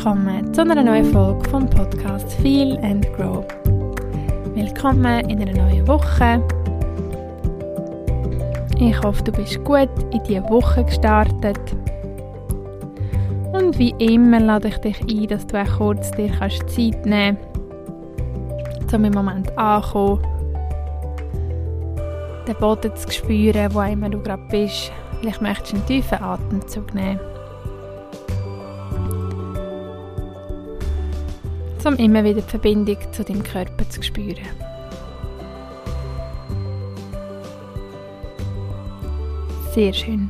willkommen zu einer neuen Folge vom Podcast Feel and Grow. Willkommen in einer neuen Woche. Ich hoffe, du bist gut in diese Woche gestartet. Und wie immer lade ich dich ein, dass du auch kurz dir Zeit nehmen kannst, um im Moment anzukommen, den Boden zu spüren, wo immer du gerade bist. Vielleicht möchtest du einen tiefen Atemzug nehmen. Um immer wieder die Verbindung zu deinem Körper zu spüren. Sehr schön.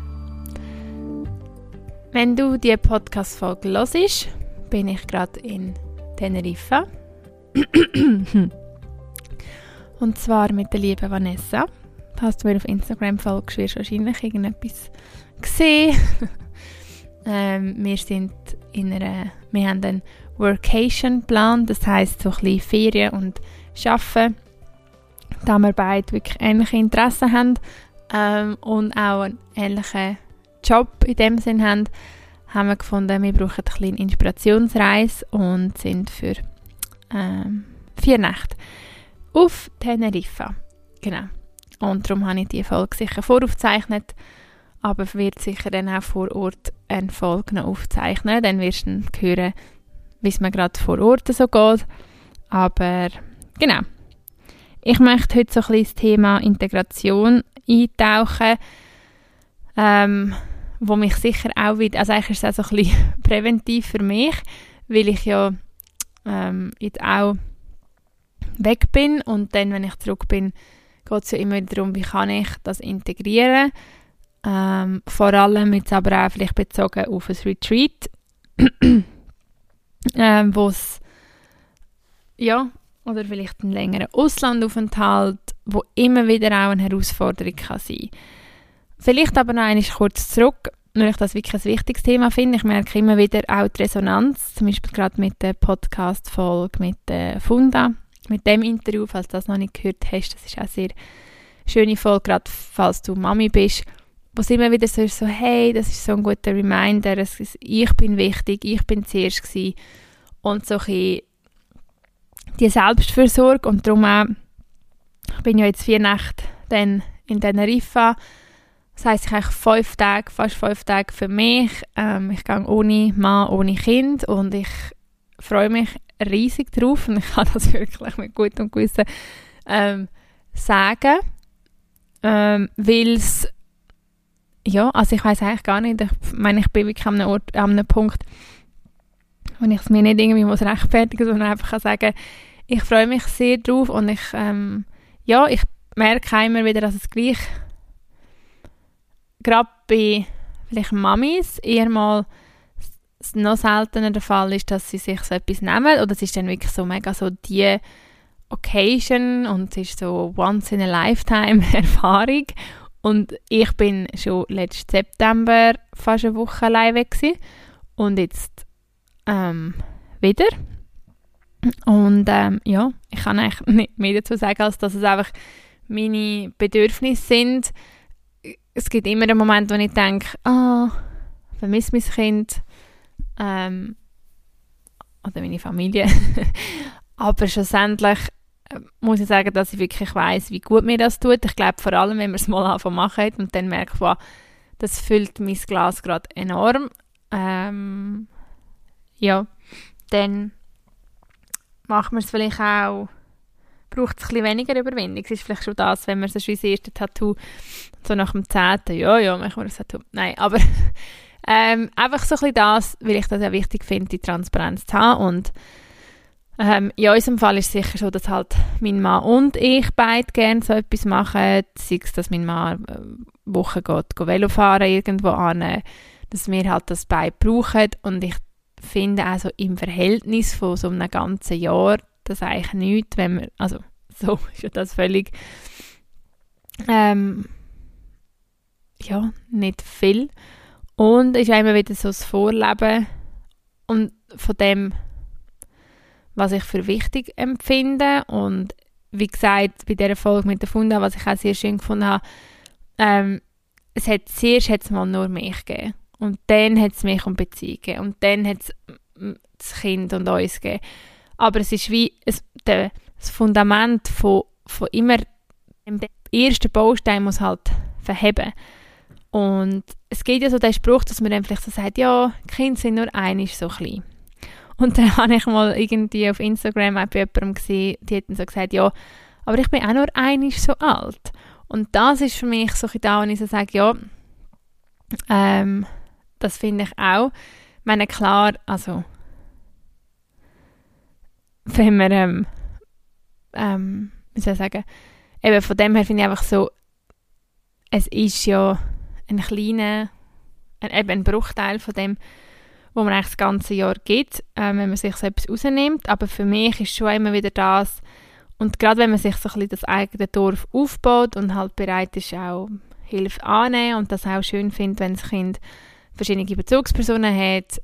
Wenn du diese Podcast-Folge hörst, bin ich gerade in Teneriffa. Und zwar mit der lieben Vanessa. Falls du mir auf Instagram folgst, wirst du wahrscheinlich irgendetwas sehen. Wir haben einen Workation-Plan, das heisst so ein bisschen Ferien und Arbeiten, da wir beide wirklich ähnliche Interessen haben und auch einen ähnlichen Job in dem Sinn haben wir gefunden, wir brauchen ein bisschen Inspirationsreise und sind für 4 Nächte auf Teneriffa. Genau. Und darum habe ich diese Folge sicher voraufgezeichnet, aber wird sicher dann auch vor Ort eine Folge noch aufzeichnen. Dann wirst du hören, wie es mir gerade vor Ort so geht. Aber genau. Ich möchte heute so ein bisschen das Thema Integration eintauchen, wo mich sicher auch wieder, also eigentlich ist es auch so ein bisschen präventiv für mich, weil ich ja jetzt auch weg bin und dann, wenn ich zurück bin, geht es ja immer darum, wie kann ich das integrieren. Vor allem jetzt aber auch vielleicht bezogen auf ein Retreat, wo es oder vielleicht einen längeren Auslandaufenthalt, wo immer wieder auch eine Herausforderung kann sein. Vielleicht aber noch einmal kurz zurück, weil ich das wirklich ein wichtiges Thema finde. Ich merke immer wieder auch die Resonanz, zum Beispiel gerade mit der Podcast-Folge mit der Funda, mit dem Interview, falls du das noch nicht gehört hast. Das ist auch eine sehr schöne Folge, gerade falls du Mami bist, wo es immer wieder so ist, so, hey, das ist so ein guter Reminder, ich bin wichtig, ich bin zuerst gewesen. Und so ein bisschen die Selbstfürsorge und darum auch, ich bin ja jetzt 4 Nächte dann in Teneriffa, das heisst, ich habe fast 5 Tage für mich, ich gehe ohne Mann, ohne Kind und ich freue mich riesig drauf und ich kann das wirklich mit gutem Gewissen sagen, weil es also ich weiss eigentlich gar nicht, ich meine, ich bin wirklich an einem Punkt, wo ich es mir nicht irgendwie rechtfertigen muss, sondern einfach kann sagen, ich freue mich sehr drauf und ich merke immer wieder, dass es gleich gerade bei vielleicht Mamis eher mal noch seltener der Fall ist, dass sie sich so etwas nehmen oder es ist dann wirklich so mega so die Occasion und es ist so once in a lifetime Erfahrung. Und ich bin schon letzten September fast eine Woche allein weg gewesen. Und jetzt wieder. Und ich kann eigentlich nicht mehr dazu sagen, als dass es einfach meine Bedürfnisse sind. Es gibt immer einen Moment, wo ich denke, vermisse mein Kind oder meine Familie. Aber schlussendlich muss ich sagen, dass ich wirklich weiss, wie gut mir das tut. Ich glaube, vor allem, wenn man es mal anfangen machen und dann merkt, wow, das füllt mein Glas gerade enorm. Dann macht man es vielleicht auch, braucht es ein bisschen weniger Überwindung. Es ist vielleicht schon das, wenn man so wie das erste Tattoo, so nach dem 10. machen wir das Tattoo. Nein, aber einfach so ein bisschen das, weil ich das ja wichtig finde, die Transparenz zu haben. Und in unserem Fall ist es sicher so, dass halt mein Mann und ich beide gerne so etwas machen. Sei es, dass mein Mann Woche geht Velofahren irgendwo an, dass wir halt das beide brauchen. Und ich finde auch so im Verhältnis von so einem ganzen Jahr, das eigentlich nichts, wenn man, also so ist ja das völlig nicht viel. Und es ist immer wieder so das Vorleben und von dem, was ich für wichtig empfinde. Und wie gesagt, bei dieser Folge mit der Funda, was ich auch sehr schön gefunden habe, zuerst hat es mal nur mich gegeben. Und dann hat es mich um Beziehungen gegeben. Und dann hat es das Kind und uns geben. Aber es ist wie das Fundament von immer dem ersten Baustein muss halt verheben. Und es gibt ja so den Spruch, dass man dann vielleicht so sagt, ja, die Kinder sind nur einmal so klein. Und dann habe ich mal irgendwie auf Instagram bei jemandem gesehen, die hat dann so gesagt, ja, aber ich bin auch nur einmal so alt. Und das ist für mich so ein da, wenn ich so sage, ja, das finde ich auch. Ich meine, klar, also wenn wir, wie soll ich sagen, eben von dem her finde ich einfach so, es ist ja ein Bruchteil von dem, wo man eigentlich das ganze Jahr gibt, wenn man sich so etwas rausnimmt. Aber für mich ist schon immer wieder das, und gerade wenn man sich so ein bisschen das eigene Dorf aufbaut und halt bereit ist, auch Hilfe anzunehmen und das auch schön findet, wenn das Kind verschiedene Bezugspersonen hat,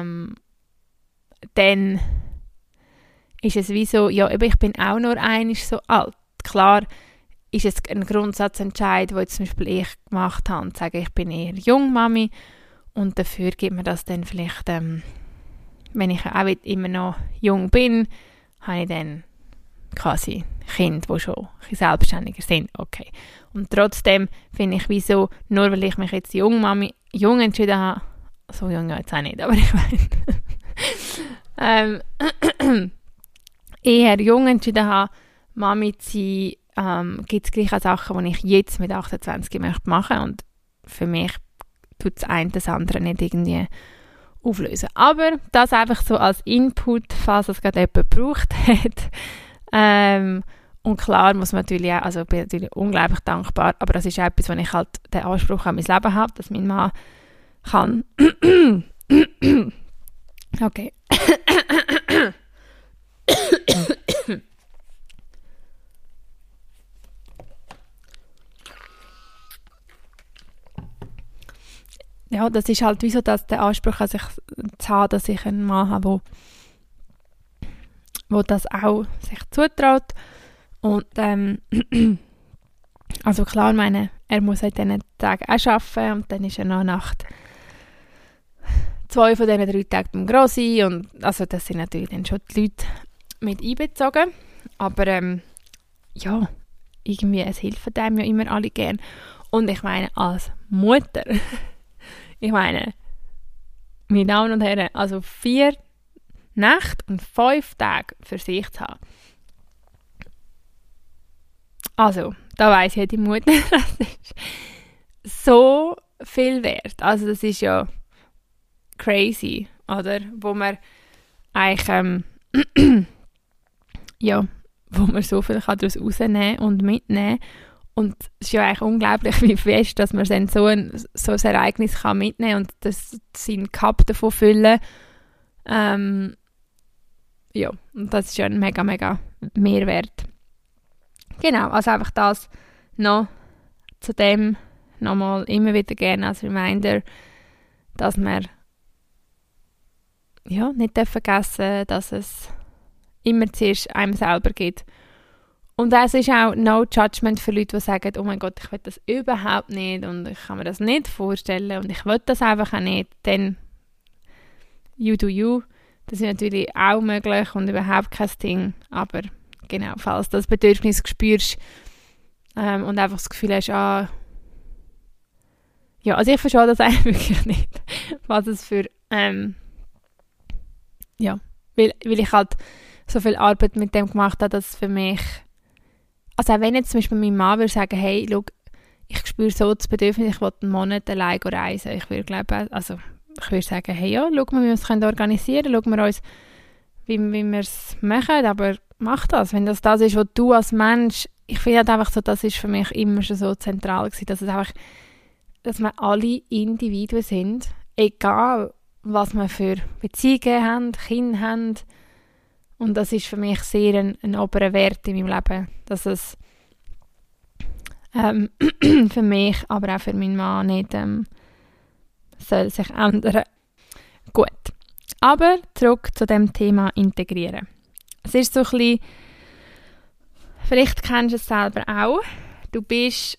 dann ist es wie so, ja, ich bin auch nur einmal so alt. Klar ist es ein Grundsatzentscheid, den jetzt zum Beispiel ich gemacht habe, und sage, ich bin eher Jungmami und dafür gibt mir das dann vielleicht, wenn ich auch immer noch jung bin, habe ich dann quasi Kinder, die schon ein bisschen selbstständiger sind. Okay. Und trotzdem finde ich, wieso, nur weil ich mich jetzt jung entschieden habe, so jung ja jetzt auch nicht, aber ich meine, eher jung entschieden habe, Mami zu sein, gibt es gleich auch Sachen, die ich jetzt mit 28 möchte machen, und für mich tut das eine das andere nicht irgendwie auflösen. Aber das einfach so als Input, falls es gerade jemand gebraucht hat. Und klar muss man natürlich auch, also ich bin natürlich unglaublich dankbar, aber das ist etwas, wo ich halt den Anspruch an mein Leben habe, dass mein Mann kann. Okay. Ja, das ist halt wie so, dass der Anspruch an sich zu haben, dass ich einen Mann habe, wo das auch sich zutraut. Und also klar, meine, er muss an diesen Tagen auch arbeiten, und dann ist er noch Nacht 2 von diesen 3 Tagen beim Grossi, und also das sind natürlich dann schon die Leute mit einbezogen. Aber ja, irgendwie, es hilft einem ja immer alle gern. Und ich meine, als Mutter, ich meine, meine Damen und Herren, also 4 Nächte und 5 Tage für sich zu haben. Also, da weiss jede Mutter, das ist so viel wert. Also das ist ja crazy, oder? Wo man eigentlich, ja, wo man so viel daraus rausnehmen und mitnehmen. Und es ist ja eigentlich unglaublich, wie fest, dass man dann so ein Ereignis kann mitnehmen und seinen Cup davon füllen. Ja, und das ist ja ein mega, mega Mehrwert. Genau, also einfach das noch zu dem nochmal immer wieder gerne als Reminder, dass wir ja, nicht vergessen, dass es immer zuerst einem selber geht. Und es ist auch no judgment für Leute, die sagen, oh mein Gott, ich will das überhaupt nicht und ich kann mir das nicht vorstellen und ich will das einfach auch nicht. Dann you do you. Das ist natürlich auch möglich und überhaupt kein Ding. Aber genau, falls du das Bedürfnis spürst und einfach das Gefühl hast, ja, also ich verstehe das eigentlich wirklich nicht, was es für, ja, weil ich halt so viel Arbeit mit dem gemacht habe, dass es für mich, also auch wenn jetzt zum Beispiel mein Mann würde sagen, hey, schau, ich spüre so das Bedürfnis, ich will einen Monat allein reisen, ich würde glauben, also ich würde sagen, hey, ja, schau mal, wie wir es organisieren können, schauen wir uns, wie wir es machen, aber mach das, wenn das ist, was du als Mensch, ich finde halt einfach so, das ist für mich immer schon so zentral gewesen, dass es einfach, dass wir alle Individuen sind, egal was wir für Beziehungen haben, Kinder haben, und das ist für mich sehr ein oberer Wert in meinem Leben, dass es für mich, aber auch für meinen Mann nicht soll sich ändern. Gut, aber zurück zu dem Thema Integrieren. Es ist so ein bisschen, vielleicht kennst du es selber auch, du bist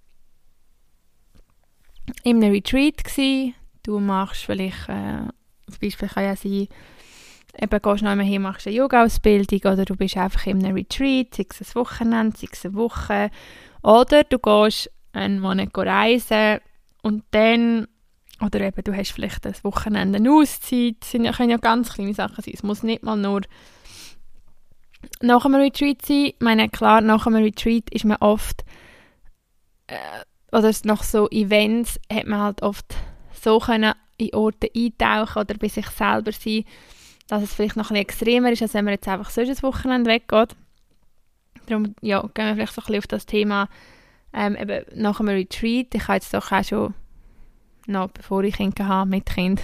in einem Retreat gsi, du machst vielleicht Zum Beispiel kann ja sein, eben gehst du noch einmal hin, machst eine Yoga-Ausbildung oder du bist einfach in einem Retreat, sei es ein Wochenende, sei es eine Woche. Oder du gehst einen Monat reisen und dann, oder eben du hast vielleicht ein Wochenende eine Auszeit, das können ja ganz kleine Sachen sein. Es muss nicht mal nur nach einem Retreat sein. Ich meine, klar, nach einem Retreat ist man oft, oder nach so Events hat man halt oft so können in Orte eintauchen oder bei sich selber sein, dass es vielleicht noch ein bisschen extremer ist, als wenn man jetzt einfach so ein Wochenende weggeht. Darum ja, gehen wir vielleicht so ein bisschen auf das Thema eben nach einem Retreat. Ich habe jetzt doch auch schon, noch bevor ich Kinder hatte, mit Kind,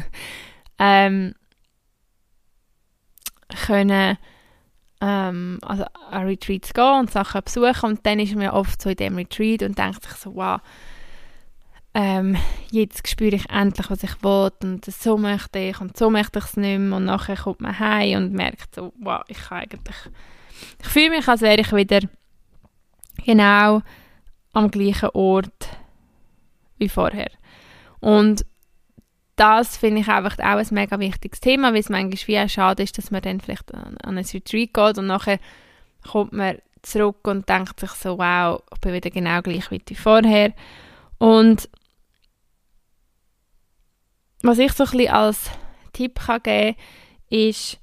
können also an Retreats gehen und Sachen besuchen und dann ist man oft so in dem Retreat und denkt sich so, wow, jetzt spüre ich endlich, was ich will und so möchte ich und so möchte ich es nicht mehr und nachher kommt man heim und merkt so, wow, ich fühle mich, als wäre ich wieder genau am gleichen Ort wie vorher. Und das finde ich einfach auch ein mega wichtiges Thema, weil es manchmal wie auch schade ist, dass man dann vielleicht an ein Retreat geht und nachher kommt man zurück und denkt sich so, wow, ich bin wieder genau gleich wie vorher. Und was ich so ein bisschen als Tipp kann geben kann, ist,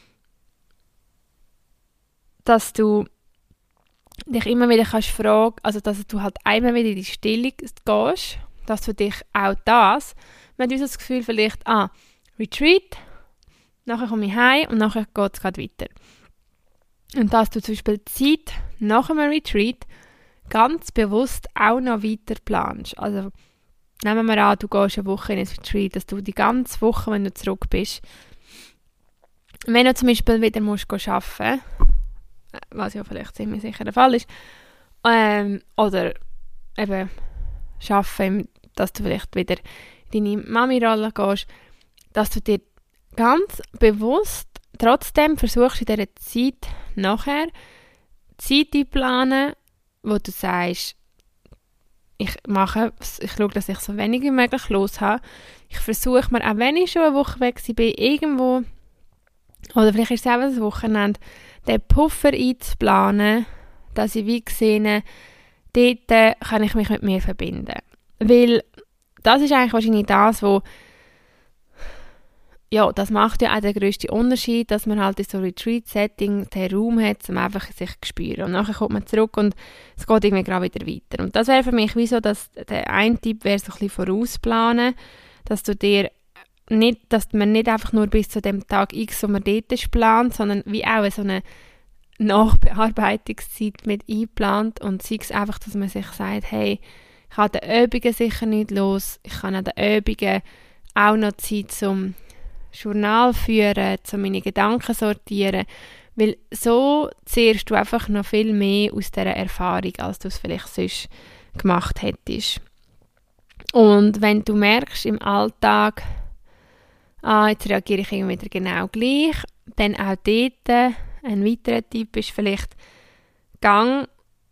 dass du dich immer wieder kannst fragen, also dass du halt einmal wieder in die Stille gehst, dass du dich auch das, wenn du das Gefühl vielleicht, Retreat, nachher komme ich heim und nachher geht es gerade weiter. Und dass du zum Beispiel die Zeit nach einem Retreat ganz bewusst auch noch weiter planst. Also nehmen wir an, du gehst eine Woche in ein Retreat, dass du die ganze Woche, wenn du zurück bist, wenn du zum Beispiel wieder musst arbeiten, was ja vielleicht ziemlich sicher der Fall ist, oder eben arbeiten, dass du vielleicht wieder in deine Mami-Rolle gehst, dass du dir ganz bewusst trotzdem versuchst, in dieser Zeit nachher Zeit einplanen, wo du sagst, ich schaue, dass ich so wenig wie möglich los habe. Ich versuche mir, auch wenn ich schon eine Woche weg bin, irgendwo, oder vielleicht ist es auch ein Wochenende, den Puffer einzuplanen, dass ich wie sehe, dort kann ich mich mit mir verbinden. Weil das ist eigentlich wahrscheinlich das, wo ja, das macht ja auch den grössten Unterschied, dass man halt in so Retreat-Setting den Raum hat, um einfach sich zu spüren. Und nachher kommt man zurück und es geht irgendwie gerade wieder weiter. Und das wäre für mich wie so, dass der eine Tipp wäre, so ein bisschen vorausplanen, dass man nicht einfach nur bis zu dem Tag X, wo man dort ist, plant, sondern wie auch so eine Nachbearbeitungszeit mit einplant und sei es einfach, dass man sich sagt, hey, ich habe an den Übungen sicher nicht los, ich kann an den Übungen auch noch Zeit zum Journal führen, zu meine Gedanken sortieren, weil so zehrst du einfach noch viel mehr aus dieser Erfahrung, als du es vielleicht sonst gemacht hättest. Und wenn du merkst im Alltag, jetzt reagiere ich irgendwie wieder genau gleich, dann auch dort ein weiterer Tipp ist vielleicht, gang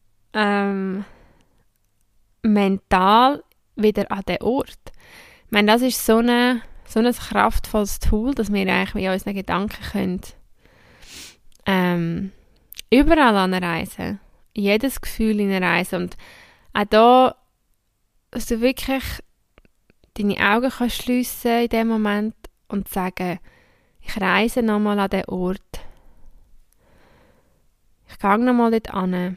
mental wieder an den Ort. Ich meine, das ist so ein kraftvolles Tool, dass wir eigentlich mit unseren Gedanken können, überall anreisen, jedes Gefühl hineinreisen und auch da, dass du wirklich deine Augen kannst schliessen in dem Moment und sagen, ich reise nochmal an den Ort, ich gehe nochmal dort hin.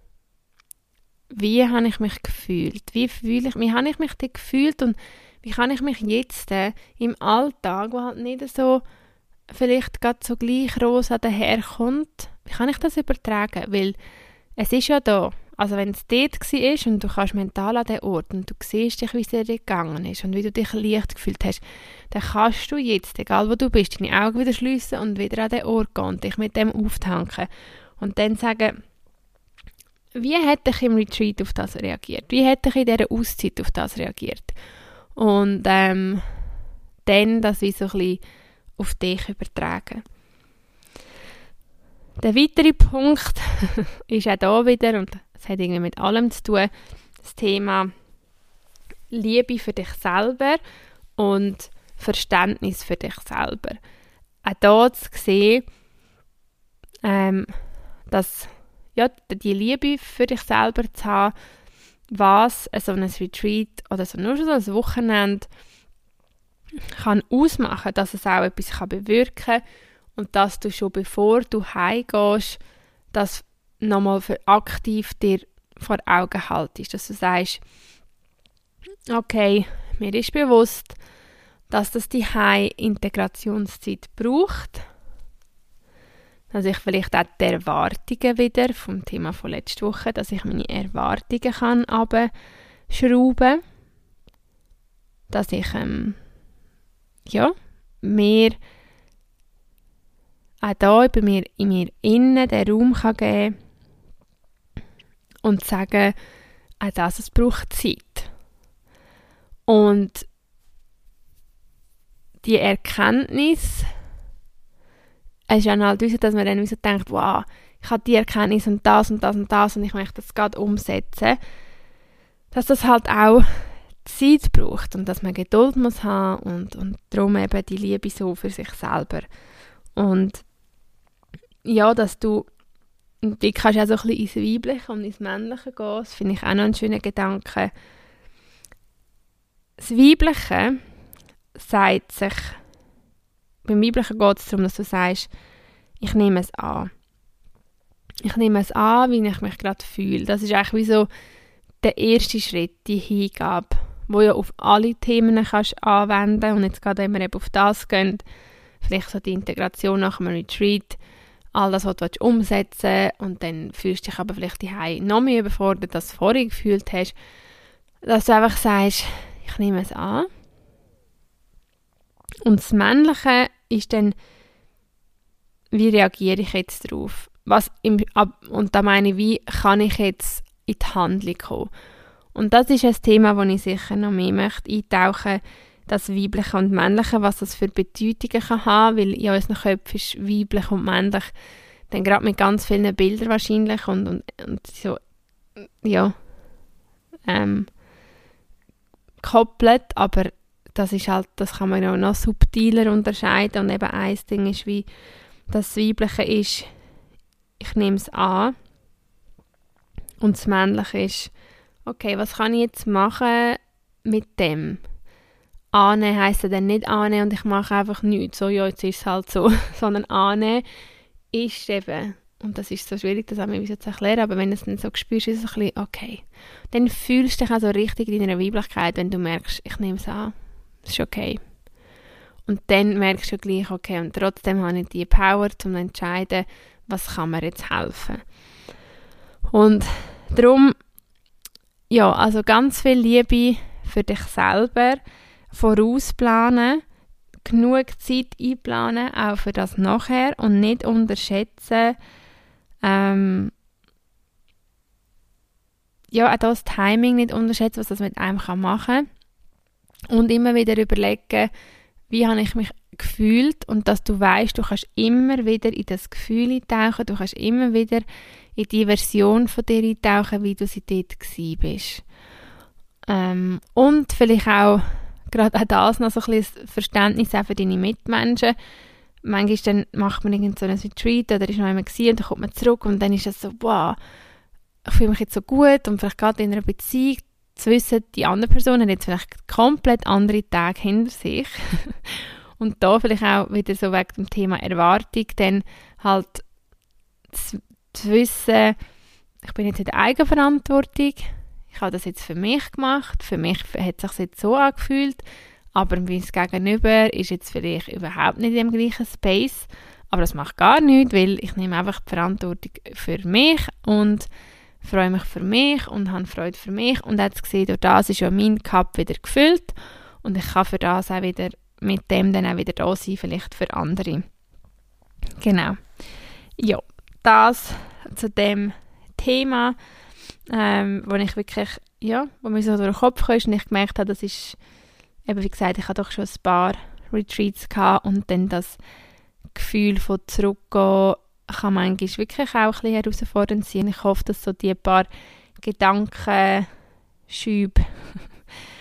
Wie habe ich mich gefühlt? Wie habe ich mich dort gefühlt und wie kann ich mich jetzt im Alltag, wo halt nicht so vielleicht gerade so gleich rosa daherkommt, wie kann ich das übertragen? Weil es ist ja da. Also wenn es dort war und du kannst mental an den Ort und du siehst dich, wie es dir gegangen ist und wie du dich leicht gefühlt hast, dann kannst du jetzt, egal wo du bist, deine Augen wieder schliessen und wieder an den Ort gehen und dich mit dem auftanken. Und dann sagen, wie hätte ich im Retreat auf das reagiert? Wie hätte ich in dieser Auszeit auf das reagiert? Und dann das wie so ein bisschen auf dich übertragen. Der weitere Punkt ist auch da wieder, und das hat irgendwie mit allem zu tun, das Thema Liebe für dich selber und Verständnis für dich selber. Auch da zu sehen, dass die Liebe für dich selber zu haben, was so ein Retreat oder so nur so ein Wochenende kann ausmachen, dass es auch etwas bewirken kann und dass du schon bevor du heimgehst, das nochmal aktiv dir vor Augen haltest, dass du sagst, okay, mir ist bewusst, dass das die Integrationszeit braucht, dass ich vielleicht auch die Erwartungen wieder vom Thema von letzter Woche, dass ich meine Erwartungen kann runterschrauben, dass ich mehr auch da in mir innen den Raum kann geben und sagen, auch das, es braucht Zeit. Und die Erkenntnis, es ist dann halt so, dass man dann so denkt, wow, ich habe die Erkenntnis und das und das und das und ich möchte das gerade umsetzen, dass das halt auch Zeit braucht und dass man Geduld muss haben und darum eben die Liebe so für sich selber. Und ja, dass du kannst auch so ein bisschen ins Weibliche und ins Männliche gehen, das finde ich auch noch einen schönen Gedanken. Das Weibliche sagt sich, beim Weiblichen geht es darum, dass du sagst, ich nehme es an. Ich nehme es an, wie ich mich gerade fühle. Das ist eigentlich wie so der erste Schritt, die Hingabe, wo du ja auf alle Themen kannst anwenden und jetzt gerade, wenn wir eben auf das gehen, vielleicht so die Integration nach einem Retreat, all das, was du umsetzen willst, und dann fühlst du dich aber vielleicht daheim noch mehr überfordert, als du vorher gefühlt hast, dass du einfach sagst, ich nehme es an. Und das Männliche ist dann, wie reagiere ich jetzt darauf? Und da meine ich, wie kann ich jetzt in die Handlung kommen? Und das ist ein Thema, wo ich sicher noch mehr möchte eintauchen, das Weibliche und Männliche, was das für Bedeutungen kann haben, weil in unseren Köpfen ist weiblich und männlich dann gerade mit ganz vielen Bildern wahrscheinlich und so, ja, gekoppelt, aber das ist halt, das kann man ja noch subtiler unterscheiden und eben ein Ding ist, wie das Weibliche ist, ich nehme es an, und das Männliche ist, okay, was kann ich jetzt machen mit dem? Annehmen heisst ja dann nicht annehmen und ich mache einfach nichts, so, ja, jetzt ist es halt so, sondern annehmen ist eben, und das ist so schwierig, das auch mir zu erklären, aber wenn du es dann so spürst, ist es ein bisschen okay. Dann fühlst du dich auch so richtig in deiner Weiblichkeit, wenn du merkst, ich nehme es an, es ist okay. Und dann merkst du gleich, okay, und trotzdem habe ich die Power, um zu entscheiden, was kann mir jetzt helfen. Und darum, ja, also ganz viel Liebe für dich selber, vorausplanen, genug Zeit einplanen, auch für das Nachher und nicht unterschätzen, auch das Timing nicht unterschätzen, was das mit einem machen kann. Und immer wieder überlegen, wie habe ich mich gefühlt und dass du weißt, du kannst immer wieder in das Gefühl eintauchen, du kannst immer wieder in die Version von dir eintauchen, wie du sie dort gewesen bist. Und vielleicht auch gerade auch das noch so ein bisschen Verständnis auch für deine Mitmenschen. Manchmal dann macht man irgend so ein Retreat oder ist noch einmal gewesen und dann kommt man zurück und dann ist es so, wow, ich fühle mich jetzt so gut und vielleicht gerade in einer Beziehung zu wissen, die andere Person hat jetzt vielleicht komplett andere Tage hinter sich und da vielleicht auch wieder so wegen dem Thema Erwartung dann halt zu wissen, ich bin jetzt in der Eigenverantwortung, ich habe das jetzt für mich gemacht, für mich hat es sich jetzt so angefühlt, aber mein Gegenüber ist jetzt vielleicht überhaupt nicht in dem gleichen Space, aber das macht gar nichts, weil ich nehme einfach die Verantwortung für mich und freue mich für mich und habe Freude für mich und jetzt gesehen, durch das ist ja mein Cup wieder gefüllt und ich kann für das auch wieder mit dem dann auch wieder da sein, vielleicht für andere. Genau. Ja, das zu dem Thema, wo ich wirklich, ja, wo mir so durch den Kopf kam und ich gemerkt habe, das ist, eben wie gesagt, ich hatte doch schon ein paar Retreats gehabt und dann das Gefühl von zurückgehen kann manchmal wirklich auch ein bisschen herausfordernd sein. Ich hoffe, dass so die paar Gedankenschübe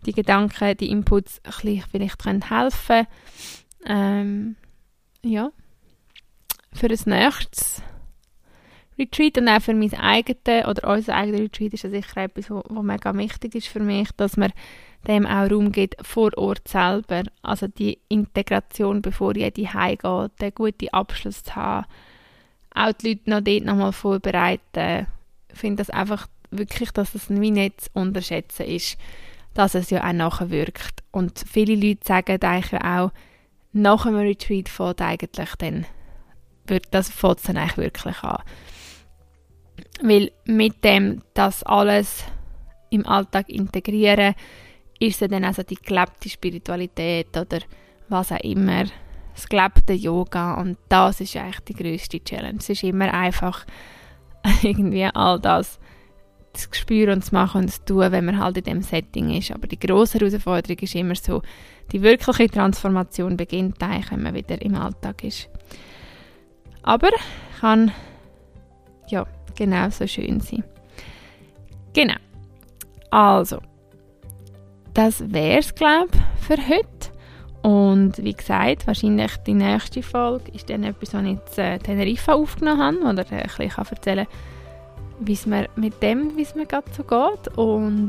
die Gedanken, die Inputs ein bisschen vielleicht helfen können. Ja, für ein nächstes Retreat und auch für mein eigenes oder unser eigenes Retreat ist das sicher etwas, was mega wichtig ist für mich, dass man dem auch Raum gibt vor Ort selber. Also die Integration, bevor jeder heimgeht, den guten Abschluss zu haben, auch die Leute noch dort nochmal vorbereiten. Ich finde das einfach wirklich, dass es wie nicht zu unterschätzen ist, dass es ja auch nachher wirkt. Und viele Leute sagen eigentlich auch, nach einem Retreat fängt eigentlich dann, das fängt es dann eigentlich wirklich an. Weil mit dem, das alles im Alltag integrieren, ist es dann also die gelebte Spiritualität oder was auch immer, das gelebte Yoga, und das ist eigentlich die grösste Challenge. Es ist immer einfach irgendwie all das zu spüren und zu machen und zu tun, wenn man halt in diesem Setting ist. Aber die grosse Herausforderung ist immer so, die wirkliche Transformation beginnt eigentlich, wenn man wieder im Alltag ist. Aber kann ja genauso schön sein. Genau. Also, das wäre es, glaube ich, für heute. Und wie gesagt, wahrscheinlich die nächste Folge ist dann etwas, was ich in Teneriffa aufgenommen habe, oder ein bisschen erzählen kann, wie es mir gerade so geht. Und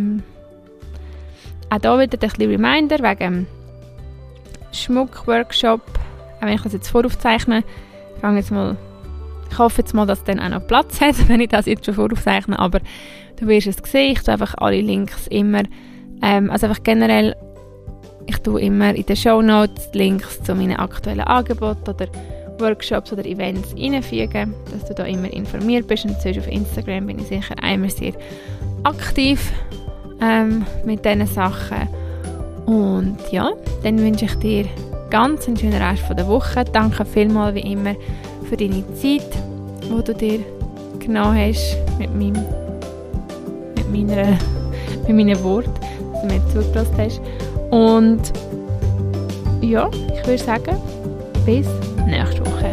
auch hier wieder ein bisschen Reminder wegen dem Schmuck-Workshop. Auch wenn ich das jetzt voraufzeichne, ich hoffe jetzt mal, dass es dann auch noch Platz hat, wenn ich das jetzt schon voraufzeichne, aber du wirst es sehen, ich tue einfach alle Links immer, also einfach generell, ich tue immer in den Shownotes Links zu meinen aktuellen Angeboten oder Workshops oder Events reinfügen, dass du da immer informiert bist. Und sonst auf Instagram bin ich sicher einmal sehr aktiv mit diesen Sachen. Und ja, dann wünsche ich dir ganz einen schönen Rest von der Woche. Danke vielmals wie immer für deine Zeit, die du dir genommen hast mit meinen Worten, dass du mir zugelassen hast. Und ja, ich würde sagen, bis nächste Woche.